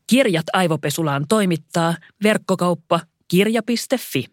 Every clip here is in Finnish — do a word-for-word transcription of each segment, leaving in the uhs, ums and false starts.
Kirjat aivopesulaan toimittaa verkkokauppa kirja piste fi.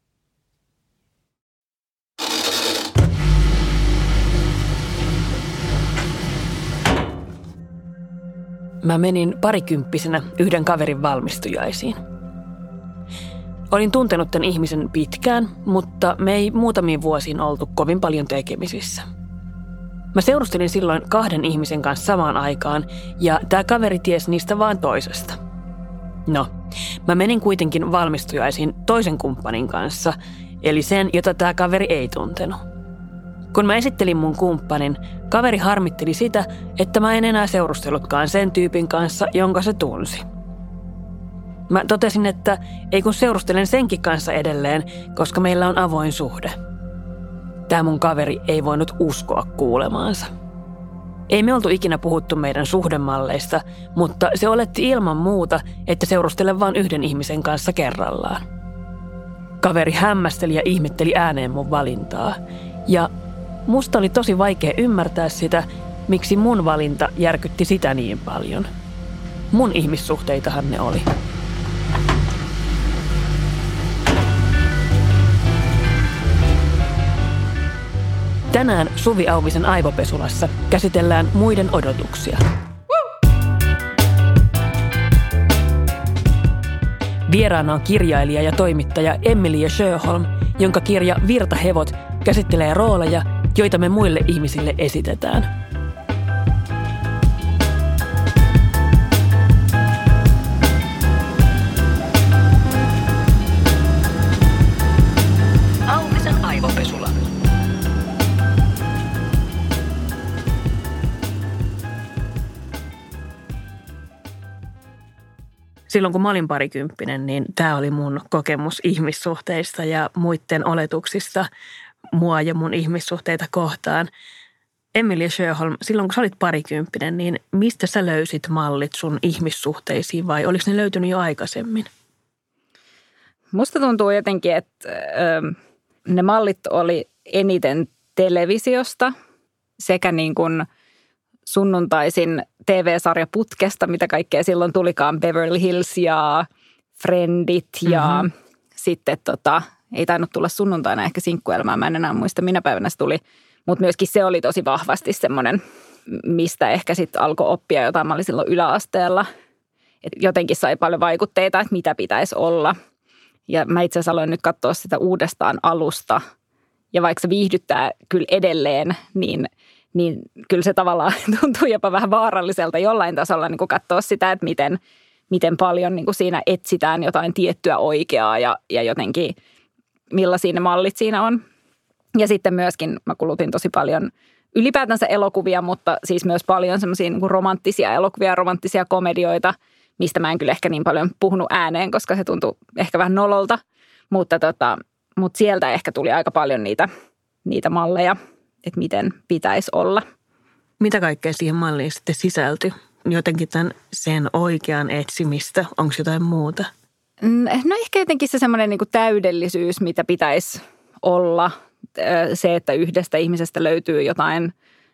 Mä menin parikymppisenä yhden kaverin valmistujaisiin. Olin tuntenut tämän ihmisen pitkään, mutta me ei muutamiin vuosiin oltu kovin paljon tekemisissä. Mä seurustelin silloin kahden ihmisen kanssa samaan aikaan ja tää kaveri tiesi niistä vaan toisesta. No, mä menin kuitenkin valmistujaisiin toisen kumppanin kanssa, eli sen, jota tää kaveri ei tuntenut. Kun mä esittelin mun kumppanin, kaveri harmitteli sitä, että mä en enää seurustellutkaan sen tyypin kanssa, jonka se tunsi. Mä totesin, että ei kun seurustelen senkin kanssa edelleen, koska meillä on avoin suhde. Tää mun kaveri ei voinut uskoa kuulemaansa. Ei me oltu ikinä puhuttu meidän suhdemalleista, mutta se oletti ilman muuta, että seurustelen vain yhden ihmisen kanssa kerrallaan. Kaveri hämmästeli ja ihmetteli ääneen mun valintaa. Ja musta oli tosi vaikea ymmärtää sitä, miksi mun valinta järkytti sitä niin paljon. Mun ihmissuhteitahan ne oli. Tänään Suvi Auvisen aivopesulassa käsitellään muiden odotuksia. Vieraana on kirjailija ja toimittaja Emilie Sjöholm, jonka kirja Virtahevot käsittelee rooleja, joita me muille ihmisille esitetään. Auvisen aivopesula. Silloin kun mä olin parikymppinen, niin tämä oli mun kokemus ihmissuhteista ja muiden oletuksista mua ja mun ihmissuhteita kohtaan. Emilie Sjöholm, silloin kun sä olit parikymppinen, niin mistä sä löysit mallit sun ihmissuhteisiin vai oliko ne löytynyt jo aikaisemmin? Musta tuntuu jotenkin, että ö, ne mallit oli eniten televisiosta sekä niin kuin sunnuntaisin T V-sarja Putkesta, mitä kaikkea silloin tulikaan, Beverly Hills ja Friendit ja mm-hmm. sitten tota, ei tainnut tulla sunnuntaina ehkä sinkkuelämää, mä en enää muista minä päivänä se tuli, mutta myöskin se oli tosi vahvasti semmoinen, mistä ehkä sitten alkoi oppia jotain, mä olin silloin yläasteella, että jotenkin sai paljon vaikutteita, että mitä pitäisi olla ja mä itse asiassa aloin nyt katsoa sitä uudestaan alusta ja vaikka se viihdyttää kyllä edelleen, niin niin kyllä se tavallaan tuntuu jopa vähän vaaralliselta jollain tasolla niin kuin katsoa sitä, että miten, miten paljon niin kuin siinä etsitään jotain tiettyä oikeaa ja, ja jotenkin millaisia ne mallit siinä on. Ja sitten myöskin mä kulutin tosi paljon ylipäätänsä elokuvia, mutta siis myös paljon semmoisia niin kuin romanttisia elokuvia, romanttisia komedioita, mistä mä en kyllä ehkä niin paljon puhunut ääneen, koska se tuntui ehkä vähän nololta. Mutta, tota, mutta sieltä ehkä tuli aika paljon niitä, niitä malleja, että miten pitäisi olla. Mitä kaikkea siihen malliin sitten sisältyi? Jotenkin tämän sen oikean etsimistä. Onko jotain muuta? No ehkä jotenkin se semmoinen niin kuin täydellisyys, mitä pitäisi olla. Se, että yhdestä ihmisestä löytyy jotain,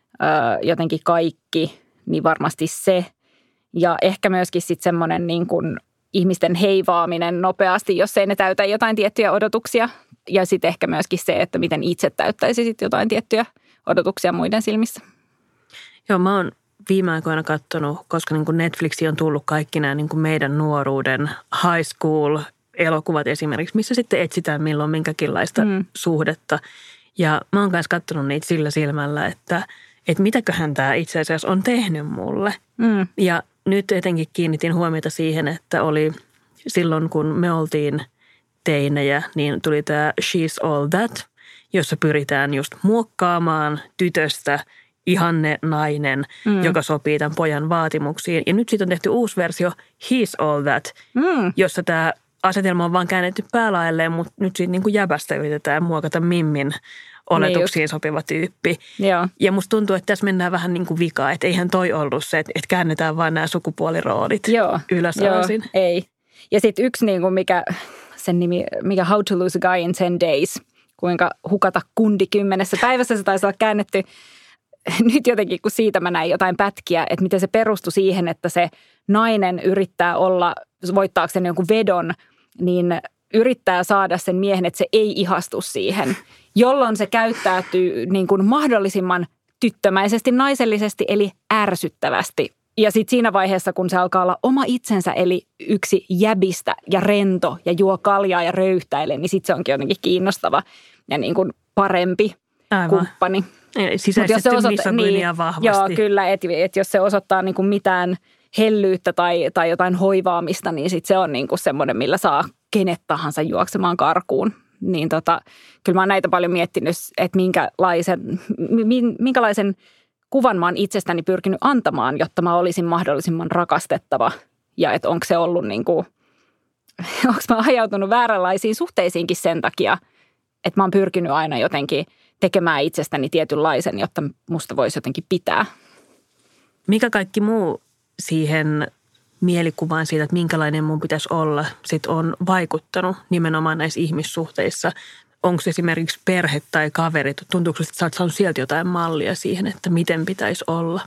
jotenkin kaikki, niin varmasti se. Ja ehkä myöskin sitten semmoinen niin kuin ihmisten heivaaminen nopeasti, jos ei ne täytä jotain tiettyjä odotuksia. Ja sitten ehkä myöskin se, että miten itse täyttäisi sitten jotain tiettyjä odotuksia muiden silmissä. Joo, mä oon viime aikoina katsonut, koska niin kuin Netflixiin on tullut kaikki nämä niin kuin meidän nuoruuden high school elokuvat esimerkiksi, missä sitten etsitään milloin minkäkinlaista mm. suhdetta. Ja mä oon kanssa katsonut niitä sillä silmällä, että, että mitäköhän tämä itse asiassa on tehnyt mulle. Mm. Ja nyt etenkin kiinnitin huomiota siihen, että oli silloin kun me oltiin teinejä, niin tuli tämä She's All That, jossa pyritään just muokkaamaan tytöstä ihanne nainen, mm. joka sopii tämän pojan vaatimuksiin. Ja nyt siitä on tehty uusi versio He's All That, mm. jossa tämä asetelma on vaan käännetty päälaelleen, mutta nyt siitä niin kuin jäbästä yritetään muokata Mimmin oletuksiin niin sopiva tyyppi. Joo. Ja musta tuntuu, että tässä mennään vähän niin kuin vikaa, että eihän toi ollut se, että käännetään vaan nämä sukupuoliroolit Joo. ylösalaisin. Joo, ei. Ja sitten yksi niin kuin mikä, sen nimi, mikä How to Lose a Guy in ten days, kuinka hukata kundi kymmenessä päivässä, se taisi olla käännetty. nyt jotenkin, kun siitä mä näin jotain pätkiä, että miten se perustui siihen, että se nainen yrittää olla, voittaakseen jonkun vedon, niin yrittää saada sen miehen, että se ei ihastu siihen, jolloin se käyttäytyy niin kuin mahdollisimman tyttömäisesti, naisellisesti, eli ärsyttävästi. Ja sitten siinä vaiheessa, kun se alkaa olla oma itsensä, eli yksi jäbistä ja rento ja juo kaljaa ja röyhtäilee, niin sitten se onkin jotenkin kiinnostava ja niin kuin parempi Aivan. kumppani. Sisäisesti misogynia niin, vahvasti. Joo, kyllä, että et jos se osoittaa niin kuin mitään hellyyttä tai, tai jotain hoivaamista, niin sitten se on niin kuin semmoinen, millä saa kenet tahansa juoksemaan karkuun. Niin tota, kyllä mä oon näitä paljon miettinyt, että minkälaisen, minkälaisen kuvan mä oon itsestäni pyrkinyt antamaan, jotta mä olisin mahdollisimman rakastettava. Ja että onko se ollut niin kuin, onko mä ajautunut vääränlaisiin suhteisiinkin sen takia, että mä oon pyrkinyt aina jotenkin tekemään itsestäni tietynlaisen, jotta musta voisi jotenkin pitää. Mikä kaikki muu siihen mielikuvaan siitä, että minkälainen mun pitäisi olla, sit on vaikuttanut nimenomaan näissä ihmissuhteissa? Onko se esimerkiksi perhe tai kaverit? Tuntuuko, että sä oot saanut sieltä jotain mallia siihen, että miten pitäisi olla?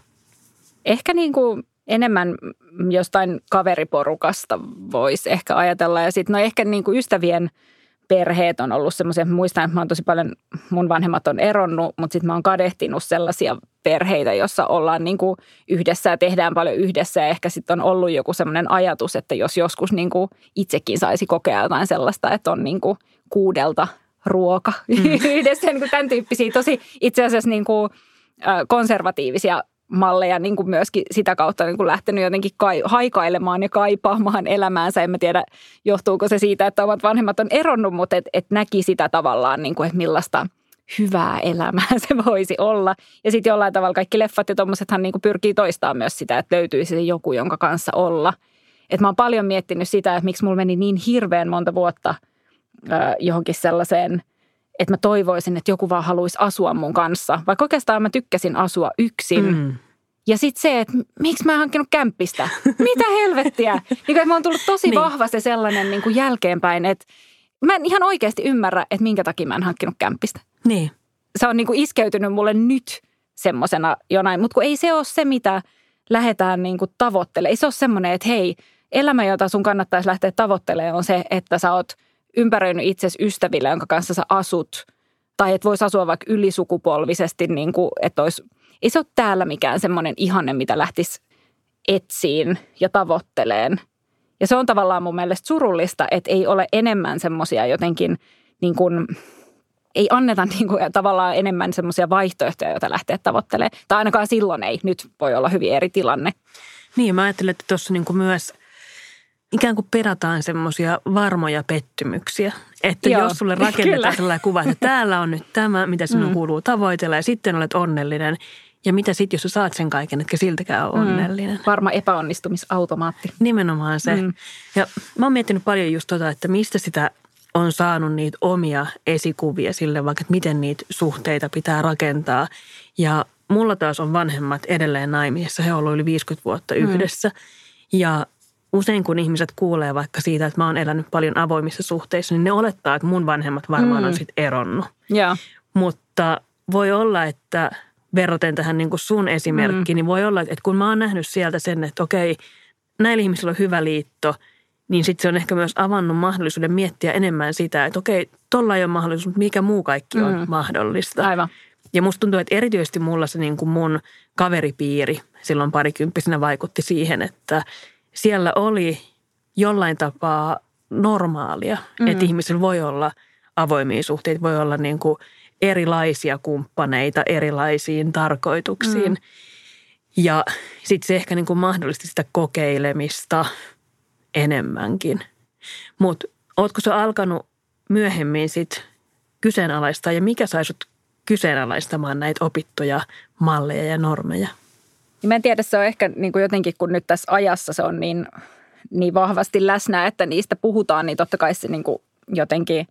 Ehkä niin kuin enemmän jostain kaveriporukasta voisi ehkä ajatella. Ja sitten no ehkä niin kuin ystävien perheet on ollut semmoisia, muistan, että mä oon tosi paljon, mun vanhemmat on eronnut, mutta sitten mä oon kadehtinut sellaisia perheitä, jossa ollaan niin kuin yhdessä ja tehdään paljon yhdessä. Ja ehkä sitten on ollut joku semmoinen ajatus, että jos joskus niin kuin itsekin saisi kokea jotain sellaista, että on niin kuin kuudelta ruoka mm. yhdessä, niin kuin tämän tyyppisiä tosi itse asiassa niin kuin konservatiivisia malleja niin kuin myöskin sitä kautta niin kuin lähtenyt jotenkin kai, haikailemaan ja kaipaamaan elämäänsä. En mä tiedä, johtuuko se siitä, että omat vanhemmat on eronnut, mutta et, et näki sitä tavallaan, niin kuin, että millaista hyvää elämää se voisi olla. Ja sitten jollain tavalla kaikki leffat ja tommosethan niin kuin pyrkii toistamaan myös sitä, että löytyisi se joku, jonka kanssa olla. Et mä oon paljon miettinyt sitä, että miksi mulla meni niin hirveän monta vuotta äh, johonkin sellaiseen, että mä toivoisin, että joku vaan haluaisi asua mun kanssa. Vaikka oikeastaan mä tykkäsin asua yksin. Mm. Ja sitten se, että miksi mä en hankkinut kämppistä? Mitä helvettiä? Niin kuin, mä oon tullut tosi niin. vahva se sellainen niin kuin jälkeenpäin, että mä en ihan oikeasti ymmärrä, että minkä takia mä en hankkinut kämppistä. Niin. Se on niin kuin iskeytynyt mulle nyt semmosena jonain, mutta kun ei se ole se, mitä lähdetään niin kuin tavoittelemaan. Ei se ole semmoinen, että hei, elämä, jota sun kannattaisi lähteä tavoittelemaan on se, että sä oot ympäröinyt itsesi ystäville, jonka kanssa sä asut. Tai että voisi asua vaikka ylisukupolvisesti, niin kuin, että olisi, ei se ole täällä mikään semmoinen ihanne, mitä lähtisi etsiin ja tavoitteleen. Ja se on tavallaan mun mielestä surullista, että ei ole enemmän semmoisia jotenkin, niin kuin, ei anneta niin kuin, tavallaan enemmän semmoisia vaihtoehtoja, joita lähtee tavoittelemaan. Tai ainakaan silloin ei, nyt voi olla hyvin eri tilanne. Niin, mä ajattelen, että tuossa niin kuin myös ikään kuin perataan semmoisia varmoja pettymyksiä. Että Joo, jos sulle rakennetaan kyllä. sellainen kuva, että täällä on nyt tämä, mitä sinun mm. kuuluu tavoitella ja sitten olet onnellinen. Ja mitä sitten, jos sä saat sen kaiken, etkä siltäkään ole mm. onnellinen. Varma epäonnistumisautomaatti. Nimenomaan se. Mm. Ja mä oon miettinyt paljon just tota, että mistä sitä on saanut niitä omia esikuvia sille, vaikka että miten niitä suhteita pitää rakentaa. Ja mulla taas on vanhemmat edelleen naimisissa. He ovat olleet yli viisikymmentä vuotta yhdessä. Mm. Ja usein kun ihmiset kuulee vaikka siitä, että mä oon elänyt paljon avoimissa suhteissa, niin ne olettaa, että mun vanhemmat varmaan mm. on sitten eronnut. Yeah. Mutta voi olla, että verraten tähän niin kuin sun esimerkkiin, mm. niin voi olla, että kun mä oon nähnyt sieltä sen, että okei, näillä ihmisillä on hyvä liitto, niin sitten se on ehkä myös avannut mahdollisuuden miettiä enemmän sitä, että okei, tolla ei ole mahdollisuus, mutta mikä muu kaikki on mm. mahdollista. Aivan. Ja musta tuntuu, että erityisesti mulla se niin kuin mun kaveripiiri silloin parikymppisenä vaikutti siihen, että siellä oli jollain tapaa normaalia, mm. että ihmisillä voi olla avoimia suhteita, voi olla niin kuin erilaisia kumppaneita erilaisiin tarkoituksiin. Mm. Ja sitten se ehkä niin kuin mahdollisti sitä kokeilemista enemmänkin. Mutta ootko sä alkanut myöhemmin sitten kyseenalaistaa ja mikä sai sut kyseenalaistamaan näitä opittuja malleja ja normeja? Mä en tiedä, se on ehkä niin kuin jotenkin, kun nyt tässä ajassa se on niin, niin vahvasti läsnä, että niistä puhutaan, niin totta kai se niin kuin jotenkin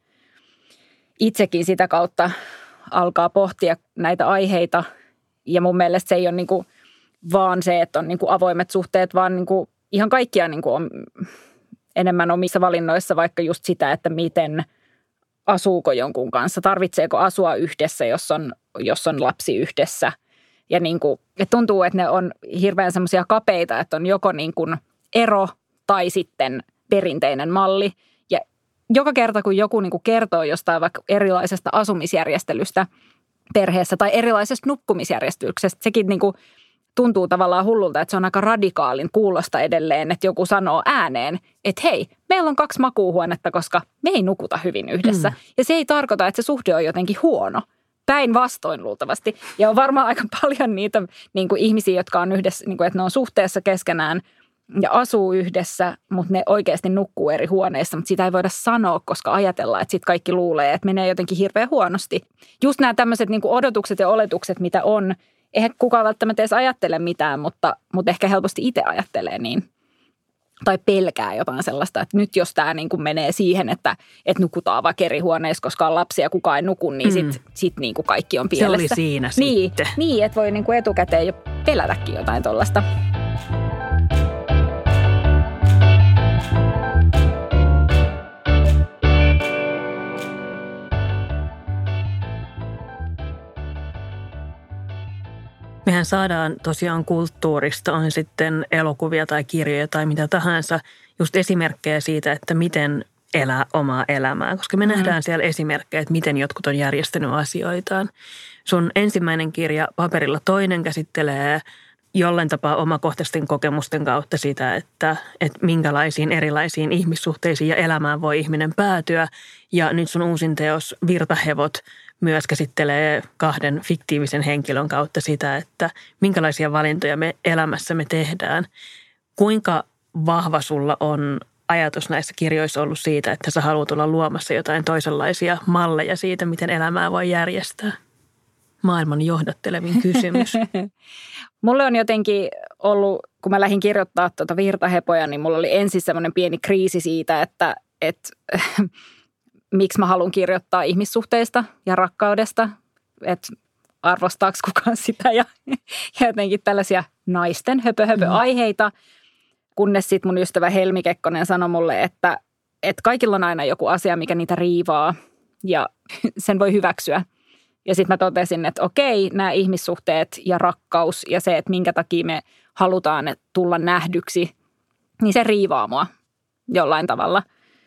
itsekin sitä kautta alkaa pohtia näitä aiheita. Ja mun mielestä se ei ole niin kuin vaan se, että on niin kuin avoimet suhteet, vaan niin kuin ihan kaikkia niin kuin on enemmän omissa valinnoissa, vaikka just sitä, että miten asuuko jonkun kanssa, tarvitseeko asua yhdessä, jos on, jos on lapsi yhdessä. Ja niin kuin, että tuntuu, että ne on hirveän semmoisia kapeita, että on joko niin kuin ero tai sitten perinteinen malli. Ja joka kerta, kun joku niin kuin kertoo jostain vaikka erilaisesta asumisjärjestelystä perheessä tai erilaisesta nukkumisjärjestyksestä, sekin niin kuin tuntuu tavallaan hullulta, että se on aika radikaalin kuulosta edelleen, että joku sanoo ääneen, että hei, meillä on kaksi makuuhuonetta, koska me ei nukuta hyvin yhdessä. Mm. Ja se ei tarkoita, että se suhde on jotenkin huono. Päinvastoin luultavasti. Ja on varmaan aika paljon niitä niin kuin ihmisiä, jotka on yhdessä, niin kuin, että ne on suhteessa keskenään ja asuu yhdessä, mutta ne oikeasti nukkuu eri huoneissa. Mutta sitä ei voida sanoa, koska ajatellaan, että sitten kaikki luulee, että menee jotenkin hirveän huonosti. Just nämä tämmöiset niin kuin odotukset ja oletukset, mitä on, eihän kukaan välttämättä edes ajattele mitään, mutta, mutta ehkä helposti itse ajattelee niin. Tai pelkää jotain sellaista, että nyt jos tämä niin kuin menee siihen, että, että nukutaan vaikka eri huoneissa, koska on lapsia ja kukaan ei nuku, niin sitten mm. sit niin kuin kaikki on pielessä. Se oli siinä niin, sitten. Niin, että voi niin kuin etukäteen jo pelätäkin jotain tuollaista. Mehän saadaan tosiaan kulttuurista, on sitten elokuvia tai kirjoja tai mitä tahansa, just esimerkkejä siitä, että miten elää omaa elämää. Koska me mm. nähdään siellä esimerkkejä, että miten jotkut on järjestänyt asioitaan. Sun ensimmäinen kirja Paperilla toinen käsittelee jollain tapaa omakohtaisten kokemusten kautta sitä, että, että minkälaisiin erilaisiin ihmissuhteisiin ja elämään voi ihminen päätyä. Ja nyt sun uusin teos Virtahevot myös käsittelee kahden fiktiivisen henkilön kautta sitä, että minkälaisia valintoja me elämässämme tehdään. Kuinka vahva sulla on ajatus näissä kirjoissa ollut siitä, että sä haluat olla luomassa jotain toisenlaisia malleja siitä, miten elämää voi järjestää? Maailman johdattelevin kysymys. Mulle on jotenkin ollut, kun mä lähdin kirjoittaa tuota Virtahepoja, niin mulla oli ensin semmoinen pieni kriisi siitä, että, että miksi mä haluan kirjoittaa ihmissuhteista ja rakkaudesta, että arvostaako kukaan sitä ja, ja jotenkin tällaisia naisten höpö-höpö-aiheita, kunnes sitten mun ystävä Helmi Kekkonen sanoi mulle, että, että kaikilla on aina joku asia, mikä niitä riivaa ja sen voi hyväksyä. Ja sitten mä totesin, että okei, nämä ihmissuhteet ja rakkaus ja se, että minkä takia me halutaan tulla nähdyksi, niin se riivaa mua jollain tavalla.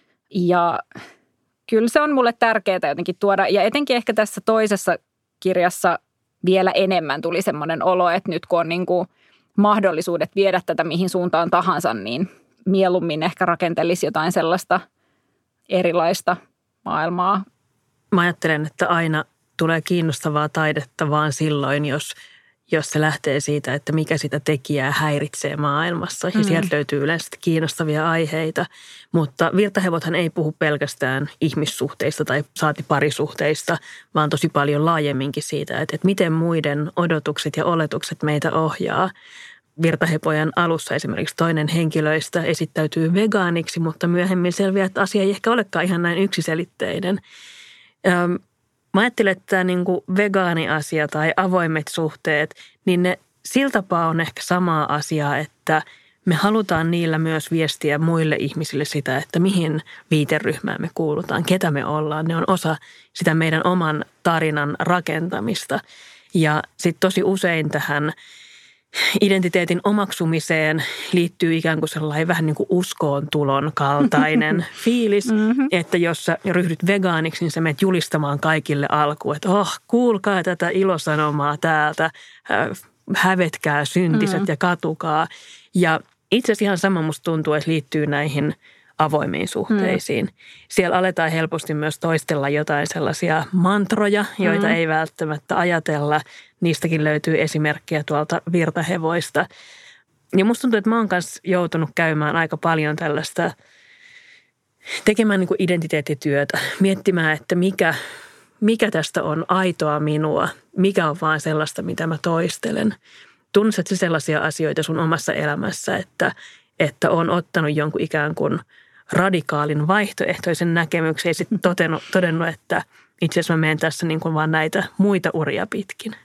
Ja kyllä se on mulle tärkeää jotenkin tuoda, ja etenkin ehkä tässä toisessa kirjassa vielä enemmän tuli semmoinen olo, että nyt kun on niin kuin mahdollisuudet viedä tätä mihin suuntaan tahansa, niin mieluummin ehkä rakentelisi jotain sellaista erilaista maailmaa. Mä ajattelen, että aina tulee kiinnostavaa taidetta vaan silloin, jos, jos se lähtee siitä, että mikä sitä tekijää häiritsee maailmassa. Ja mm. sieltä löytyy yleensä kiinnostavia aiheita. Mutta Virtahevothan ei puhu pelkästään ihmissuhteista tai saati parisuhteista, vaan tosi paljon laajemminkin siitä, että, että miten muiden odotukset ja oletukset meitä ohjaa. Virtahepojan alussa esimerkiksi toinen henkilöistä esittäytyy vegaaniksi, mutta myöhemmin selviää, että asia ei ehkä olekaan ihan näin yksiselitteinen. Öm, Mä ajattelen, että tämä niin kuin vegaani-asia tai avoimet suhteet, niin ne sillä tapaa on ehkä samaa asiaa, että me halutaan niillä myös viestiä muille ihmisille sitä, että mihin viiteryhmään me kuulutaan, ketä me ollaan. Ne on osa sitä meidän oman tarinan rakentamista. Ja sitten tosi usein tähän identiteetin omaksumiseen liittyy ikään kuin sellainen vähän niin kuin uskoon tulon kaltainen fiilis, mm-hmm. että jos sä ryhdyt vegaaniksi, niin sä menet julistamaan kaikille alkuun, että oh, kuulkaa tätä ilosanomaa täältä, hävetkää syntiset mm-hmm. ja katukaa. Ja itse asiassa ihan sama musta tuntuu, että liittyy näihin avoimiin suhteisiin. Mm. Siellä aletaan helposti myös toistella jotain sellaisia mantroja, joita mm. ei välttämättä ajatella. Niistäkin löytyy esimerkkejä tuolta virtahevoista. Ja musta tuntuu, että mä oon kanssa joutunut käymään aika paljon tällaista, tekemään niin kuin identiteettityötä, miettimään, että mikä, mikä tästä on aitoa minua, mikä on vaan sellaista, mitä mä toistelen. Tunnistatko sellaisia asioita sun omassa elämässä, että, että on ottanut jonkun ikään kuin radikaalin vaihtoehtoisen näkemyksen ja sitten todennut, todennut, että itse asiassa mä menen tässä niin kuin vaan näitä muita uria pitkin?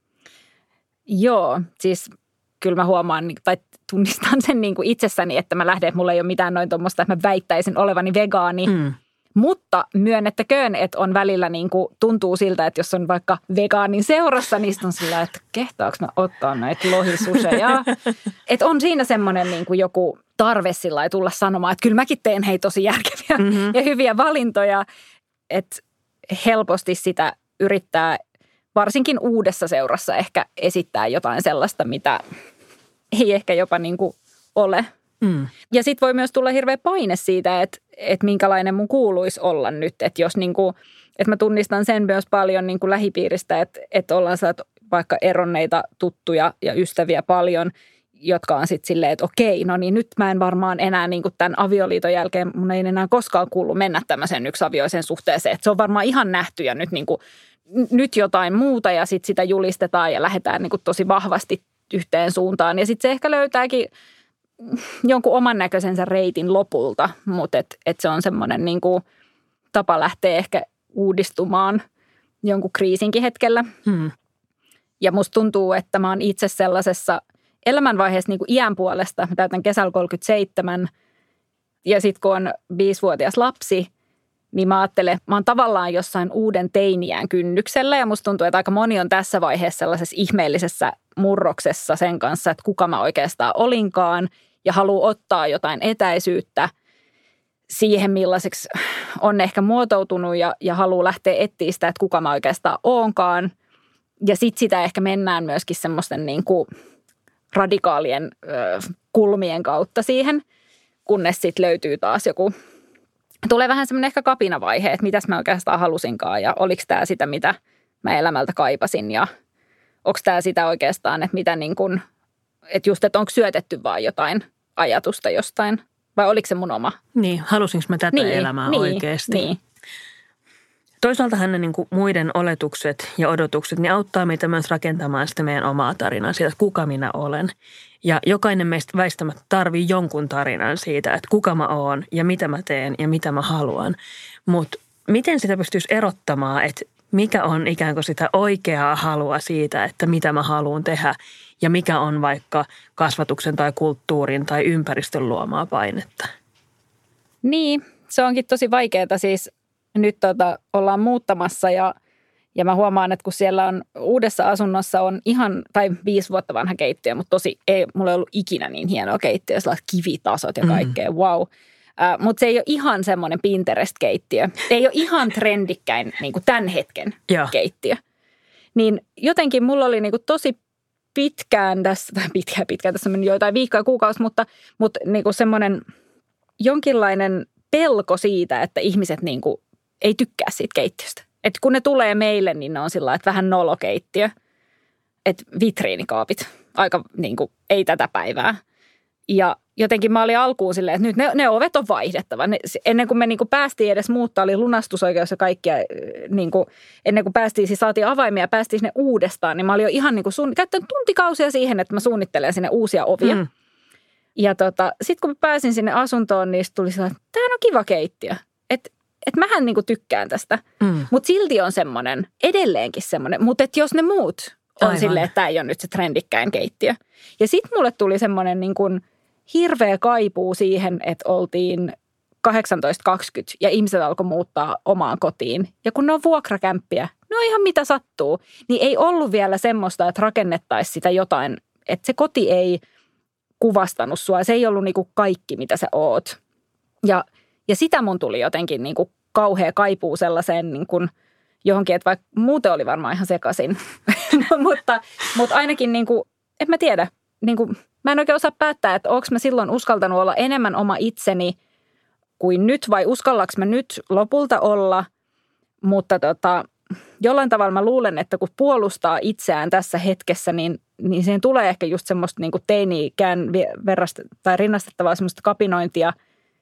Joo, siis kyllä mä huomaan tai tunnistan sen niin kuin itsessäni, että mä lähden, että mulla ei ole mitään noin tuommoista, että mä väittäisin olevani vegaani, mm. Mutta myönnettäköön, että on välillä niin kuin tuntuu siltä, että jos on vaikka vegaanin seurassa, niin on sillä, että kehtaanko mä ottaa näitä lohisuseja. Että on siinä semmoinen niin kuin joku tarve sillä tulla sanomaan, että kyllä mäkin teen hei tosi järkeviä mm-hmm. ja hyviä valintoja. Että helposti sitä yrittää varsinkin uudessa seurassa ehkä esittää jotain sellaista, mitä ei ehkä jopa niin kuin ole. Mm. Ja sitten voi myös tulla hirveä paine siitä, että, että minkälainen mun kuuluisi olla nyt. Että jos niin kuin, että mä tunnistan sen myös paljon niin kuin lähipiiristä, että, että ollaan saatu vaikka eronneita tuttuja ja ystäviä paljon, jotka on sitten silleen, että okei, no niin nyt mä en varmaan enää niin kuin tämän avioliiton jälkeen, mun ei enää koskaan kuulu mennä tämmöiseen yksiavioiseen suhteeseen. Että se on varmaan ihan nähty ja nyt, niin kuin, nyt jotain muuta ja sitten sitä julistetaan ja lähdetään niin kuin tosi vahvasti yhteen suuntaan. Ja sitten se ehkä löytääkin jonkun oman näköisensä reitin lopulta, mutta et, et se on semmoinen niin kuin tapa lähteä ehkä uudistumaan jonkun kriisinkin hetkellä. Hmm. Ja musta tuntuu, että mä oon itse sellaisessa elämänvaiheessa niin kuin iän puolesta, mä täytän kesällä kolmekymmentäseitsemän ja sitten kun on viisivuotias lapsi, niin mä ajattelen, mä oon tavallaan jossain uuden teiniään kynnyksellä ja musta tuntuu, että aika moni on tässä vaiheessa sellaisessa ihmeellisessä murroksessa sen kanssa, että kuka mä oikeastaan olinkaan ja haluaa ottaa jotain etäisyyttä siihen, millaiseksi on ehkä muotoutunut ja, ja haluaa lähteä etsiä sitä, että kuka mä oikeastaan oonkaan. Ja sitten sitä ehkä mennään myöskin semmoisten niin kuin radikaalien ö, kulmien kautta siihen, kunnes sitten löytyy taas joku, tulee vähän semmoinen ehkä kapinavaihe, että mitäs mä oikeastaan halusinkaan ja oliko tämä sitä, mitä mä elämältä kaipasin ja onko tämä sitä oikeastaan, että mitä niin kuin, että just, että onko syötetty vaan jotain ajatusta jostain vai oliko se mun oma? Niin, halusinko mä tätä niin, elämää niin, oikeasti? Niin. Toisaaltahan ne niin kuin muiden oletukset ja odotukset, niin auttaa meitä myös rakentamaan sitä meidän omaa tarinaa siitä, että kuka minä olen. Ja jokainen meistä väistämättä tarvii jonkun tarinan siitä, että kuka mä oon ja mitä mä teen ja mitä mä haluan. Mutta miten sitä pystyisi erottamaan, että mikä on ikään kuin sitä oikeaa halua siitä, että mitä mä haluan tehdä ja mikä on vaikka kasvatuksen tai kulttuurin tai ympäristön luomaa painetta? Niin, se onkin tosi vaikeaa. Siis nyt tota, ollaan muuttamassa ja, ja mä huomaan, että kun siellä on uudessa asunnossa on ihan, tai viisi vuotta vanha keittiö, mutta tosi ei, mulla ei ollut ikinä niin hienoa keittiö, sellaiset kivitasot ja kaikkea, mm. wow. Uh, mutta se ei ole ihan semmoinen Pinterest-keittiö. Ei ole ihan trendikkäin niin kuin tämän hetken ja. keittiö. Niin jotenkin mulla oli niin kuin tosi pitkään tässä, tai pitkään pitkään, tässä meni joitain viikkoja kuukausi, mutta, mutta niin kuin semmoinen jonkinlainen pelko siitä, että ihmiset niin kuin ei tykkää siitä keittiöstä. Että kun ne tulee meille, niin ne on sillä lailla, että vähän nolokeittiö. Että vitriinikaapit, aika niin kuin ei tätä päivää. Ja jotenkin mä olin alkuun silleen, että nyt ne, ne ovet on vaihdettava. Ne, ennen kuin me niin kuin päästiin edes muuttaa, oli lunastusoikeus ja kaikkia, niin kuin, ennen kuin päästiin, siis saatiin avaimia ja päästiin sinne uudestaan, niin mä olin jo ihan niin kuin suunn... käyttänyt tuntikausia siihen, että mä suunnittelen sinne uusia ovia. Mm. Ja tota, sitten kun mä pääsin sinne asuntoon, niin tuli sellainen, että tämä on kiva keittiö. Että et mähän niin kuin tykkään tästä. Mm. Mutta silti on semmoinen, edelleenkin semmoinen, mutta että jos ne muut on Aivan. silleen, että tämä ei ole nyt se trendikkäin keittiö. Ja sitten mulle tuli semmoinen niin kuin hirveä kaipuu siihen, että oltiin kahdeksantoista kaksikymmentä ja ihmiset alkoi muuttaa omaan kotiin. Ja kun ne on vuokrakämppiä, ne on ihan mitä sattuu, niin ei ollut vielä semmoista, että rakennettaisiin sitä jotain, että se koti ei kuvastanut sua. Se ei ollut niinku kaikki, mitä sä oot. Ja, ja sitä mun tuli jotenkin niinku kauhea kaipuu sellaiseen niinku johonkin, että vaikka muuten oli varmaan ihan sekaisin. mutta, mutta ainakin niinku, en mä tiedä, niinku mä en oikein osaa päättää, että onko mä silloin uskaltanut olla enemmän oma itseni kuin nyt vai uskallaks mä nyt lopulta olla, mutta tota, jollain tavalla mä luulen, että kun puolustaa itseään tässä hetkessä, niin, niin siihen tulee ehkä just semmoista niin kuin teini-ikään verrasta, tai rinnastettavaa semmoista kapinointia,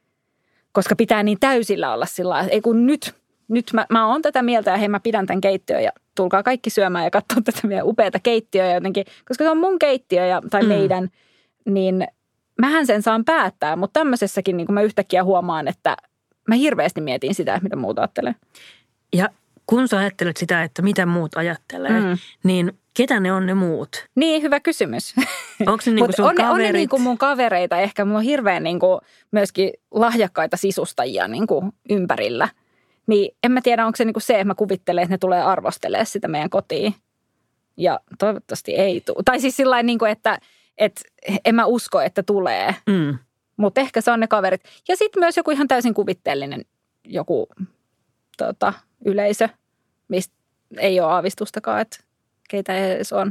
koska pitää niin täysillä olla sillä lailla, ei kun nyt, nyt mä, mä oon tätä mieltä ja hei mä pidän tämän keittiön ja tulkaa kaikki syömään ja katsoa tätä meidän upeata keittiöä jotenkin, koska se on mun keittiö ja, tai mm. meidän, niin mähän sen saan päättää, mutta tämmöisessäkin niin kun mä yhtäkkiä huomaan, että mä hirveästi mietin sitä, mitä muut ajattelee. Ja kun sä ajattelet sitä, että mitä muut ajattelee, mm. niin ketä ne on ne muut? Niin, hyvä kysymys. Onko ne niinku sun on, kaverit? On ne niinku mun kavereita. Ehkä mulla on hirveän niinku myöskin lahjakkaita sisustajia niinku ympärillä. Niin en mä tiedä, onko se niinku se, että mä kuvittelen, että ne tulee arvostelemaan sitä meidän kotiin. Ja toivottavasti ei tule. Tai siis sillain niinku, että et, en mä usko, että tulee. Mm. Mutta ehkä se on ne kaverit. Ja sitten myös joku ihan täysin kuvitteellinen joku tota, yleisö, mistä ei ole aavistustakaan, että keitä edes on.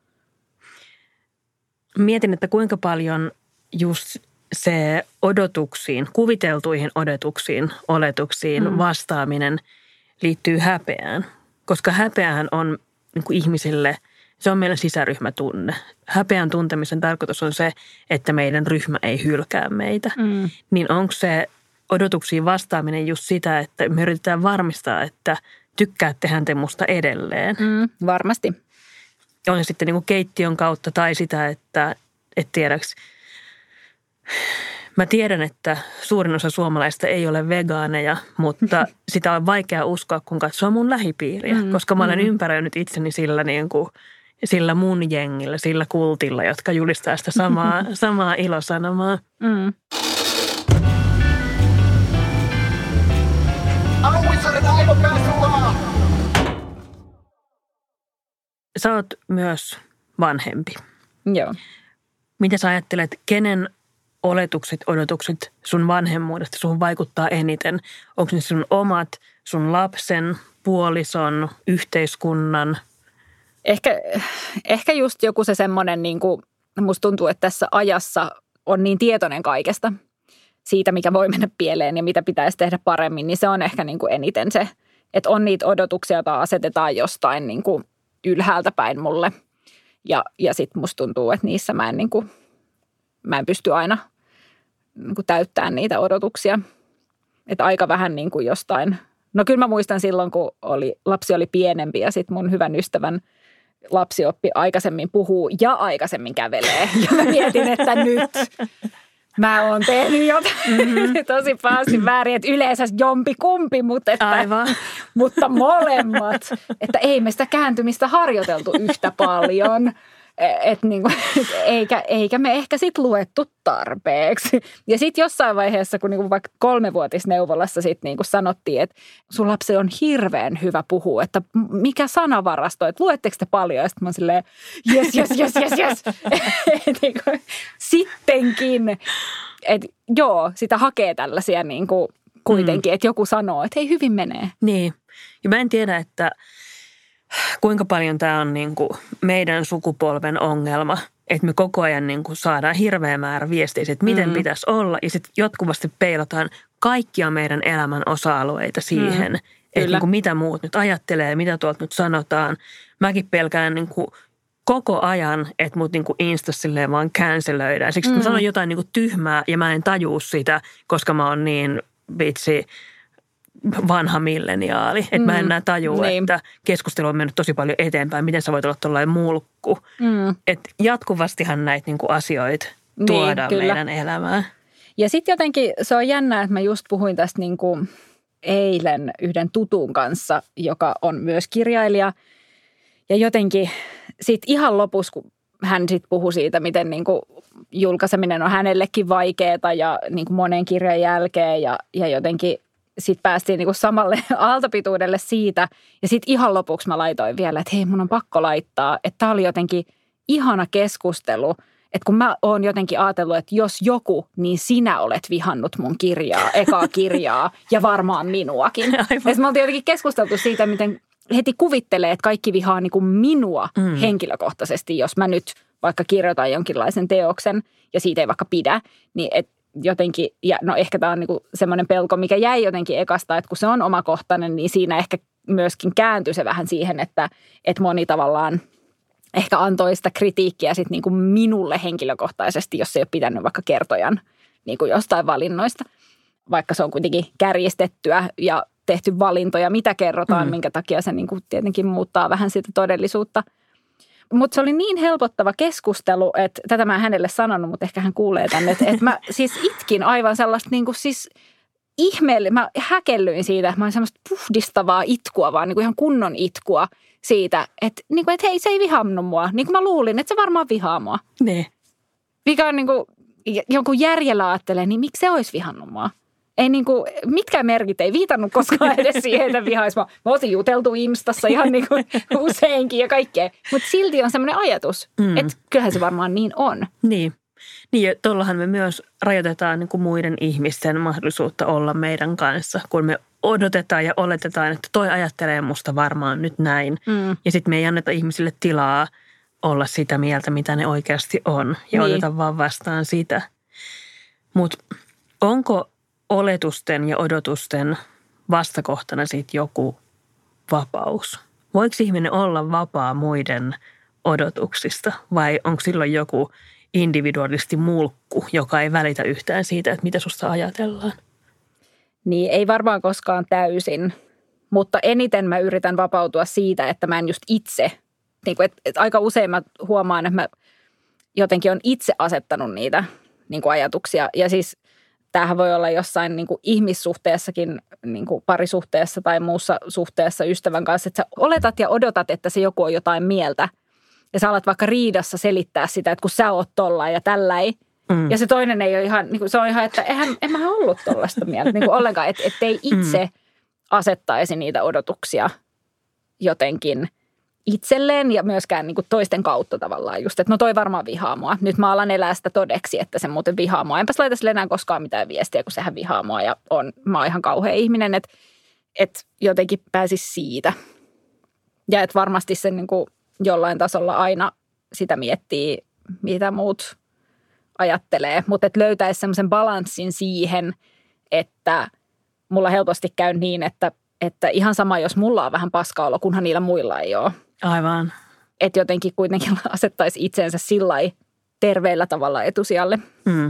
Mietin, että kuinka paljon just se odotuksiin, kuviteltuihin odotuksiin, oletuksiin mm. vastaaminen liittyy häpeään. Koska häpeähän on niin kuin ihmisille, se on meidän sisäryhmätunne. Häpeän tuntemisen tarkoitus on se, että meidän ryhmä ei hylkää meitä. Mm. Niin onko se odotuksiin vastaaminen just sitä, että me yritetään varmistaa, että tykkäättehän te musta edelleen? Mm, varmasti. On se sitten niin kuin keittiön kautta tai sitä, että et tiedäks. Mä tiedän, että suurin osa suomalaista ei ole vegaaneja, mutta sitä on vaikea uskoa, kun katsoo mun lähipiiriä, mm, koska mä olen mm. ympäröinyt itseni sillä, niin kuin, sillä mun jengillä, sillä kultilla, jotka julistaa sitä samaa, samaa ilosanomaa. Mm. Sä oot myös vanhempi. Joo. Mitä sä ajattelet, kenen oletukset, odotukset sun vanhemmuudesta sun vaikuttaa eniten? Onko ne sun omat, sun lapsen, puolison, yhteiskunnan? Ehkä, ehkä just joku se semmoinen, niin kuin musta tuntuu, että tässä ajassa on niin tietoinen kaikesta siitä, mikä voi mennä pieleen ja mitä pitäisi tehdä paremmin, niin se on ehkä niin kuin eniten se, että on niitä odotuksia, joita asetetaan jostain niin kuin ylhäältä päin mulle. Ja, ja sitten musta tuntuu, että niissä mä en, niin kuin, mä en pysty aina niin kuin täyttämään niitä odotuksia. Että aika vähän niin kuin jostain. No kyllä mä muistan silloin, kun oli, lapsi oli pienempi ja sitten mun hyvän ystävän lapsi oppi aikaisemmin puhuu ja aikaisemmin kävelee. Ja mä mietin, että nyt mä oon tehnyt jotain mm-hmm. tosi pahasti väärin, että yleensä jompi kumpi, mutta, että, Aivan. mutta molemmat. Että ei me sitä kääntymistä harjoiteltu yhtä paljon, et niinku, et eikä, eikä me ehkä sitten luettu tarpeeksi. Ja sitten jossain vaiheessa, kun niinku vaikka kolmevuotisneuvolassa sitten niinku sanottiin, että sun lapsi on hirveän hyvä puhua, että mikä sanavarasto, että luetteko te paljon? Ja sitten mä oon silleen, jes, jes, jes, jes, jes. Niinku, sittenkin, että joo, sitä hakee tällaisia niinku kuitenkin, mm. että joku sanoo, että hei, hyvin menee. Niin, ja mä en tiedä, että kuinka paljon tämä on niin kuin meidän sukupolven ongelma, että me koko ajan niin kuin saadaan hirveä määrä viestejä, että miten mm. pitäisi olla. Ja sitten jatkuvasti peilataan kaikkia meidän elämän osa-alueita siihen, mm. että niin kuin mitä muut nyt ajattelee, mitä tuolta nyt sanotaan. Mäkin pelkään niin kuin koko ajan, että mut niin kuin Instassa silleen vaan cancelöidään. Siksi mm. mä sanon jotain niin kuin tyhmää ja mä en tajuu sitä, koska mä oon niin vitsi vanha milleniaali. Että mm. mä en enää tajua, niin. että keskustelu on mennyt tosi paljon eteenpäin. Miten sä voit olla tollainen mulkku? Mm. Että jatkuvastihan näitä niinku asioita tuodaan niin, meidän elämään. Ja sitten jotenkin se on jännä, että mä just puhuin tästä niinku eilen yhden tutun kanssa, joka on myös kirjailija. Ja jotenkin sitten ihan lopussa, kun hän sitten puhui siitä, miten niinku julkaiseminen on hänellekin vaikeaa ja niinku monen kirjan jälkeen ja, ja jotenkin sitten päästiin niinku samalle aaltopituudelle siitä. Ja sitten ihan lopuksi mä laitoin vielä, että hei, mun on pakko laittaa. Että tää oli jotenkin ihana keskustelu. Että kun mä oon jotenkin ajatellut, että jos joku, niin sinä olet vihannut mun kirjaa, ekaa kirjaa ja varmaan minuakin. Ja me oltiin jotenkin keskusteltu siitä, miten heti kuvittelee, että kaikki vihaa niinku minua mm. henkilökohtaisesti, jos mä nyt vaikka kirjoitan jonkinlaisen teoksen ja siitä ei vaikka pidä, niin et jotenkin, ja no ehkä tämä on niinku semmoinen pelko, mikä jäi jotenkin ekasta, että kun se on omakohtainen, niin siinä ehkä myöskin kääntyi se vähän siihen, että, että moni tavallaan ehkä antoi sitä kritiikkiä sitten niinku minulle henkilökohtaisesti, jos ei ole pitänyt vaikka kertojan niinku jostain valinnoista, vaikka se on kuitenkin kärjistettyä ja tehty valintoja, mitä kerrotaan, mm. minkä takia se niinku tietenkin muuttaa vähän sitä todellisuutta. Mutta se oli niin helpottava keskustelu, että tätä mä en hänelle sanonut, mutta ehkä hän kuulee tänne, että, että mä siis itkin aivan sellaista niin kuin siis ihmeellistä, mä häkellyin siitä, että mä olin semmoista puhdistavaa itkua, vaan niin kuin ihan kunnon itkua siitä, että, niin kuin, että hei, se ei vihannut mua. Niin kuin mä luulin, että se varmaan vihaa mua. Ne. Mikä on niin kuin, jonkun järjellä ajattelee, niin miksi se olisi vihannut mua? Ei niin kuin, mitkään merkit ei viitannut koskaan edes siihen, että vihaisi mua. Mä otin juteltu Instassa ihan niin kuin useinkin ja kaikkea. Mutta silti on semmoinen ajatus, mm. että kyllähän se varmaan niin on. Niin. Niin ja tuollahan me myös rajoitetaan niin kuin muiden ihmisten mahdollisuutta olla meidän kanssa, kun me odotetaan ja oletetaan, että toi ajattelee musta varmaan nyt näin. Mm. Ja sitten me ei anneta ihmisille tilaa olla sitä mieltä, mitä ne oikeasti on. Ja niin. Oteta vaan vastaan sitä. Mutta onko oletusten ja odotusten vastakohtana siitä joku vapaus? Voiko ihminen olla vapaa muiden odotuksista vai onko silloin joku individualisti mulkku, joka ei välitä yhtään siitä, että mitä susta ajatellaan? Niin, ei varmaan koskaan täysin, mutta eniten mä yritän vapautua siitä, että mä en just itse, niin kuin, että, että aika usein mä huomaan, että mä jotenkin on itse asettanut niitä niin kuin ajatuksia. Ja siis tämähän voi olla jossain niin kuin ihmissuhteessakin, niin kuin parisuhteessa tai muussa suhteessa ystävän kanssa, että sä oletat ja odotat, että se joku on jotain mieltä. Ja sä alat vaikka riidassa selittää sitä, että kun sä oot tollain ja tälläin. Mm. Ja se toinen ei ole ihan, niin kuin, se on ihan, että eihän, en mä ollut tollaista mieltä niin kuin ollenkaan. Että et ei itse mm. asettaisi niitä odotuksia jotenkin itselleen ja myöskään niin kuin toisten kautta tavallaan just. Että no toi varmaan vihaa mua. Nyt mä alan elää sitä todeksi, että se muuten vihaa mua. Enpäs laita sille enää koskaan mitään viestiä, kun sehän vihaa mua ja on, mä oon ihan kauhea ihminen. Että et jotenkin pääsisi siitä. Ja että varmasti se niin kuin jollain tasolla aina sitä miettii, mitä muut ajattelee. Mutta että löytäisi semmoisen balanssin siihen, että mulla helposti käy niin, että, että ihan sama, jos mulla on vähän paskaolo, kunhan niillä muilla ei ole. Aivan. Että jotenkin kuitenkin asettaisi itsensä sillai terveellä tavalla etusijalle. Mm.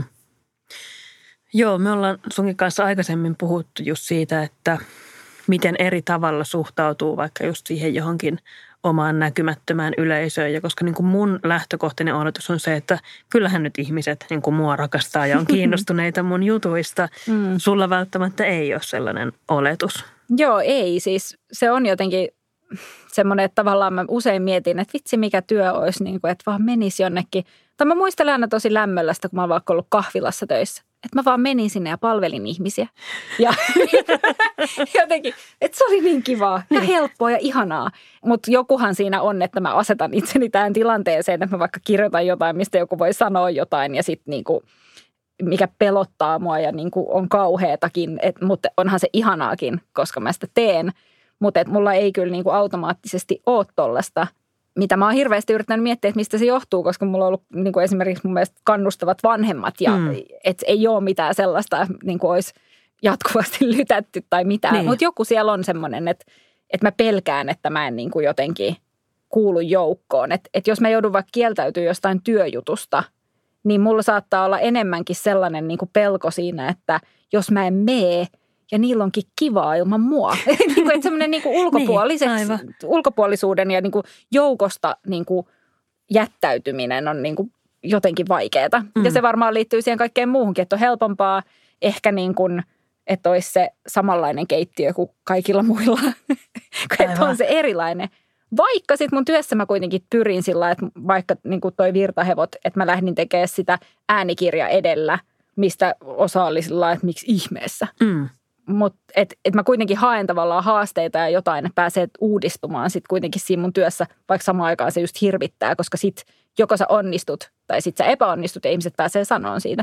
Joo, me ollaan sunkin kanssa aikaisemmin puhuttu just siitä, että miten eri tavalla suhtautuu vaikka just siihen johonkin omaan näkymättömään yleisöön. Ja koska niin kuin mun lähtökohtainen odotus on se, että kyllähän nyt ihmiset niin kuin mua rakastaa ja on kiinnostuneita mun jutuista. Mm. Sulla välttämättä ei ole sellainen oletus. Joo, ei. Siis se on jotenkin semmoinen, että tavallaan mä usein mietin, että vitsi mikä työ olisi, niin kuin, että vaan menisi jonnekin. Tai mä muistelen aina tosi lämmöllä sitä, kun mä oon vaikka ollut kahvilassa töissä. Että mä vaan menin sinne ja palvelin ihmisiä. Ja jotenkin, että se oli niin kivaa ja helppoa ja ihanaa. Mutta jokuhan siinä on, että mä asetan itseni tähän tilanteeseen, että mä vaikka kirjoitan jotain, mistä joku voi sanoa jotain ja sitten niinku, mikä pelottaa mua ja niinku on kauheatakin. Mutta onhan se ihanaakin, koska mä sitä teen. Mutta mulla ei kyllä niinku automaattisesti ole tollaista, mitä mä oon hirveästi yrittänyt miettiä, että mistä se johtuu, koska mulla on ollut niin kuin esimerkiksi mun mielestä kannustavat vanhemmat ja mm. että ei ole mitään sellaista, niin kuin olisi jatkuvasti lytätty tai mitään. Niin. Mutta joku siellä on semmoinen, että, että mä pelkään, että mä en niin kuin jotenkin kuulu joukkoon. Että, että jos mä joudun vaikka kieltäytyä jostain työjutusta, niin mulla saattaa olla enemmänkin sellainen niin kuin pelko siinä, että jos mä en mee, ja niillä onkin kivaa ilman mua. niin kuin, semmoinen niin kuin ulkopuoliseksi, niin, ulkopuolisuuden ja niin kuin joukosta niin kuin jättäytyminen on niin kuin jotenkin vaikeaa. Mm. Ja se varmaan liittyy siihen kaikkeen muuhunkin, että on helpompaa ehkä niin kuin, että olisi se samanlainen keittiö kuin kaikilla muilla. että on se erilainen. Vaikka sitten mun työssä mä kuitenkin pyrin sillä, että vaikka niin kuin toi virtahevot, että mä lähdin tekemään sitä äänikirja edellä, mistä osa oli sillä, että miksi ihmeessä. Mm. Mutta et, et mä kuitenkin haen tavallaan haasteita ja jotain, että pääsee uudistumaan sitten kuitenkin siinä mun työssä, vaikka samaan aikaan se just hirvittää, koska sit joko sä onnistut tai sit sä epäonnistut ja ihmiset pääsee sanomaan siitä.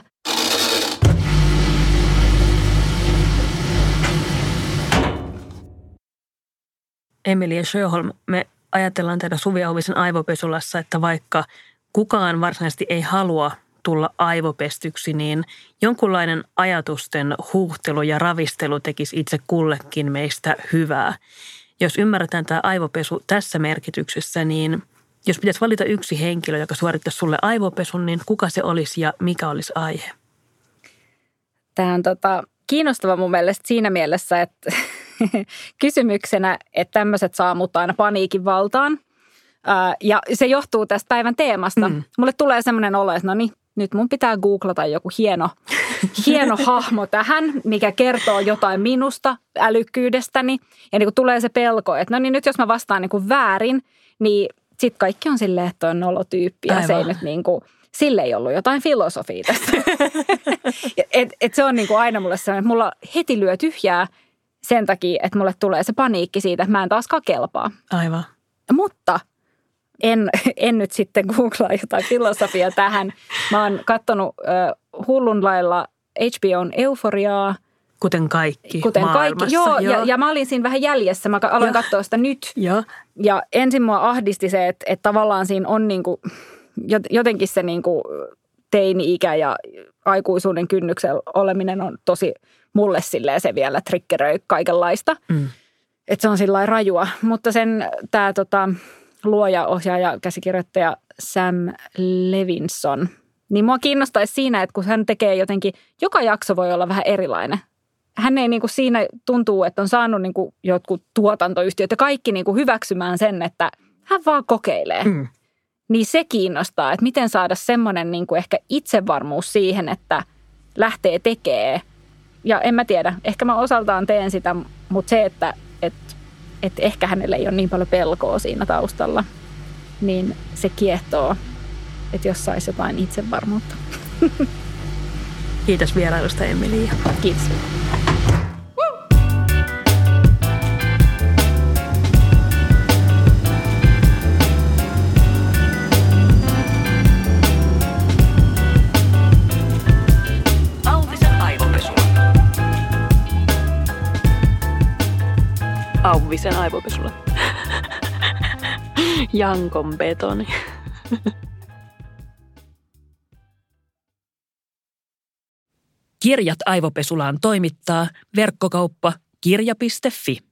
Emilia Sjöholm, me ajatellaan teidän Suvi Auvisen Aivopesulassa, että vaikka kukaan varsinaisesti ei halua tulla aivopestyksi, niin jonkunlainen ajatusten huuhtelu ja ravistelu tekisi itse kullekin meistä hyvää. Jos ymmärretään tämä aivopesu tässä merkityksessä, niin jos pitäisi valita yksi henkilö, joka suorittaisi sulle aivopesun, niin kuka se olisi ja mikä olisi aihe? Tämä on tota, kiinnostava mun mielestä siinä mielessä, että kysymyksenä, että tämmöiset saa mut aina paniikin valtaan. Ja se johtuu tästä päivän teemasta. Mm. Mulle tulee semmoinen olo, että no niin, nyt mun pitää googlata joku hieno, hieno hahmo tähän, mikä kertoo jotain minusta, älykkyydestäni. Ja niin kuin tulee se pelko, että no niin nyt jos mä vastaan niin kuin väärin, niin sitten kaikki on silleen, että on nolotyyppi ja se ei nyt niin kuin, sille ei ollut jotain filosofia tästä. et, et se on niin kuin aina mulle sellainen, että mulla heti lyö tyhjää sen takia, että mulle tulee se paniikki siitä, että mä en taaskaan kelpaa. Aivan. Mutta en, en nyt sitten googlaa jotain filosofiaa tähän. Mä oon katsonut äh, hullun lailla H B O:n Euforiaa. Kuten kaikki Kuten maailmassa. kaikki, joo. joo. Ja, ja mä olin siinä vähän jäljessä. Mä aloin ja. katsoa sitä nyt. Ja, ja ensin mua ahdisti se, että, että tavallaan siinä on niinku, jotenkin se niinku teini-ikä ja aikuisuuden kynnyksellä oleminen on tosi mulle silleen se vielä triggeröi kaikenlaista. Mm. Että se on sillä lailla rajua. Mutta sen tämä tota, luoja, ohjaaja, käsikirjoittaja Sam Levinson, niin mua kiinnostaisi siinä, että kun hän tekee jotenkin, joka jakso voi olla vähän erilainen. Hän ei niin kuin siinä tuntuu, että on saanut niin kuin jotkut tuotantoyhtiöt ja kaikki niin kuin hyväksymään sen, että hän vaan kokeilee. Mm. Niin se kiinnostaa, että miten saada semmoinen niin kuin ehkä itsevarmuus siihen, että lähtee tekemään. Ja en mä tiedä, ehkä mä osaltaan teen sitä, mutta se, että et, et ehkä hänellä ei ole niin paljon pelkoa siinä taustalla, niin se kiehtoo, että jos saisi jotain itsevarmuutta. Kiitos vierailusta, Emilia. Kiitos. Auvisen aivopesulla. Jankon betoni. Kirjat aivopesulaan toimittaa verkkokauppa kirja piste fi.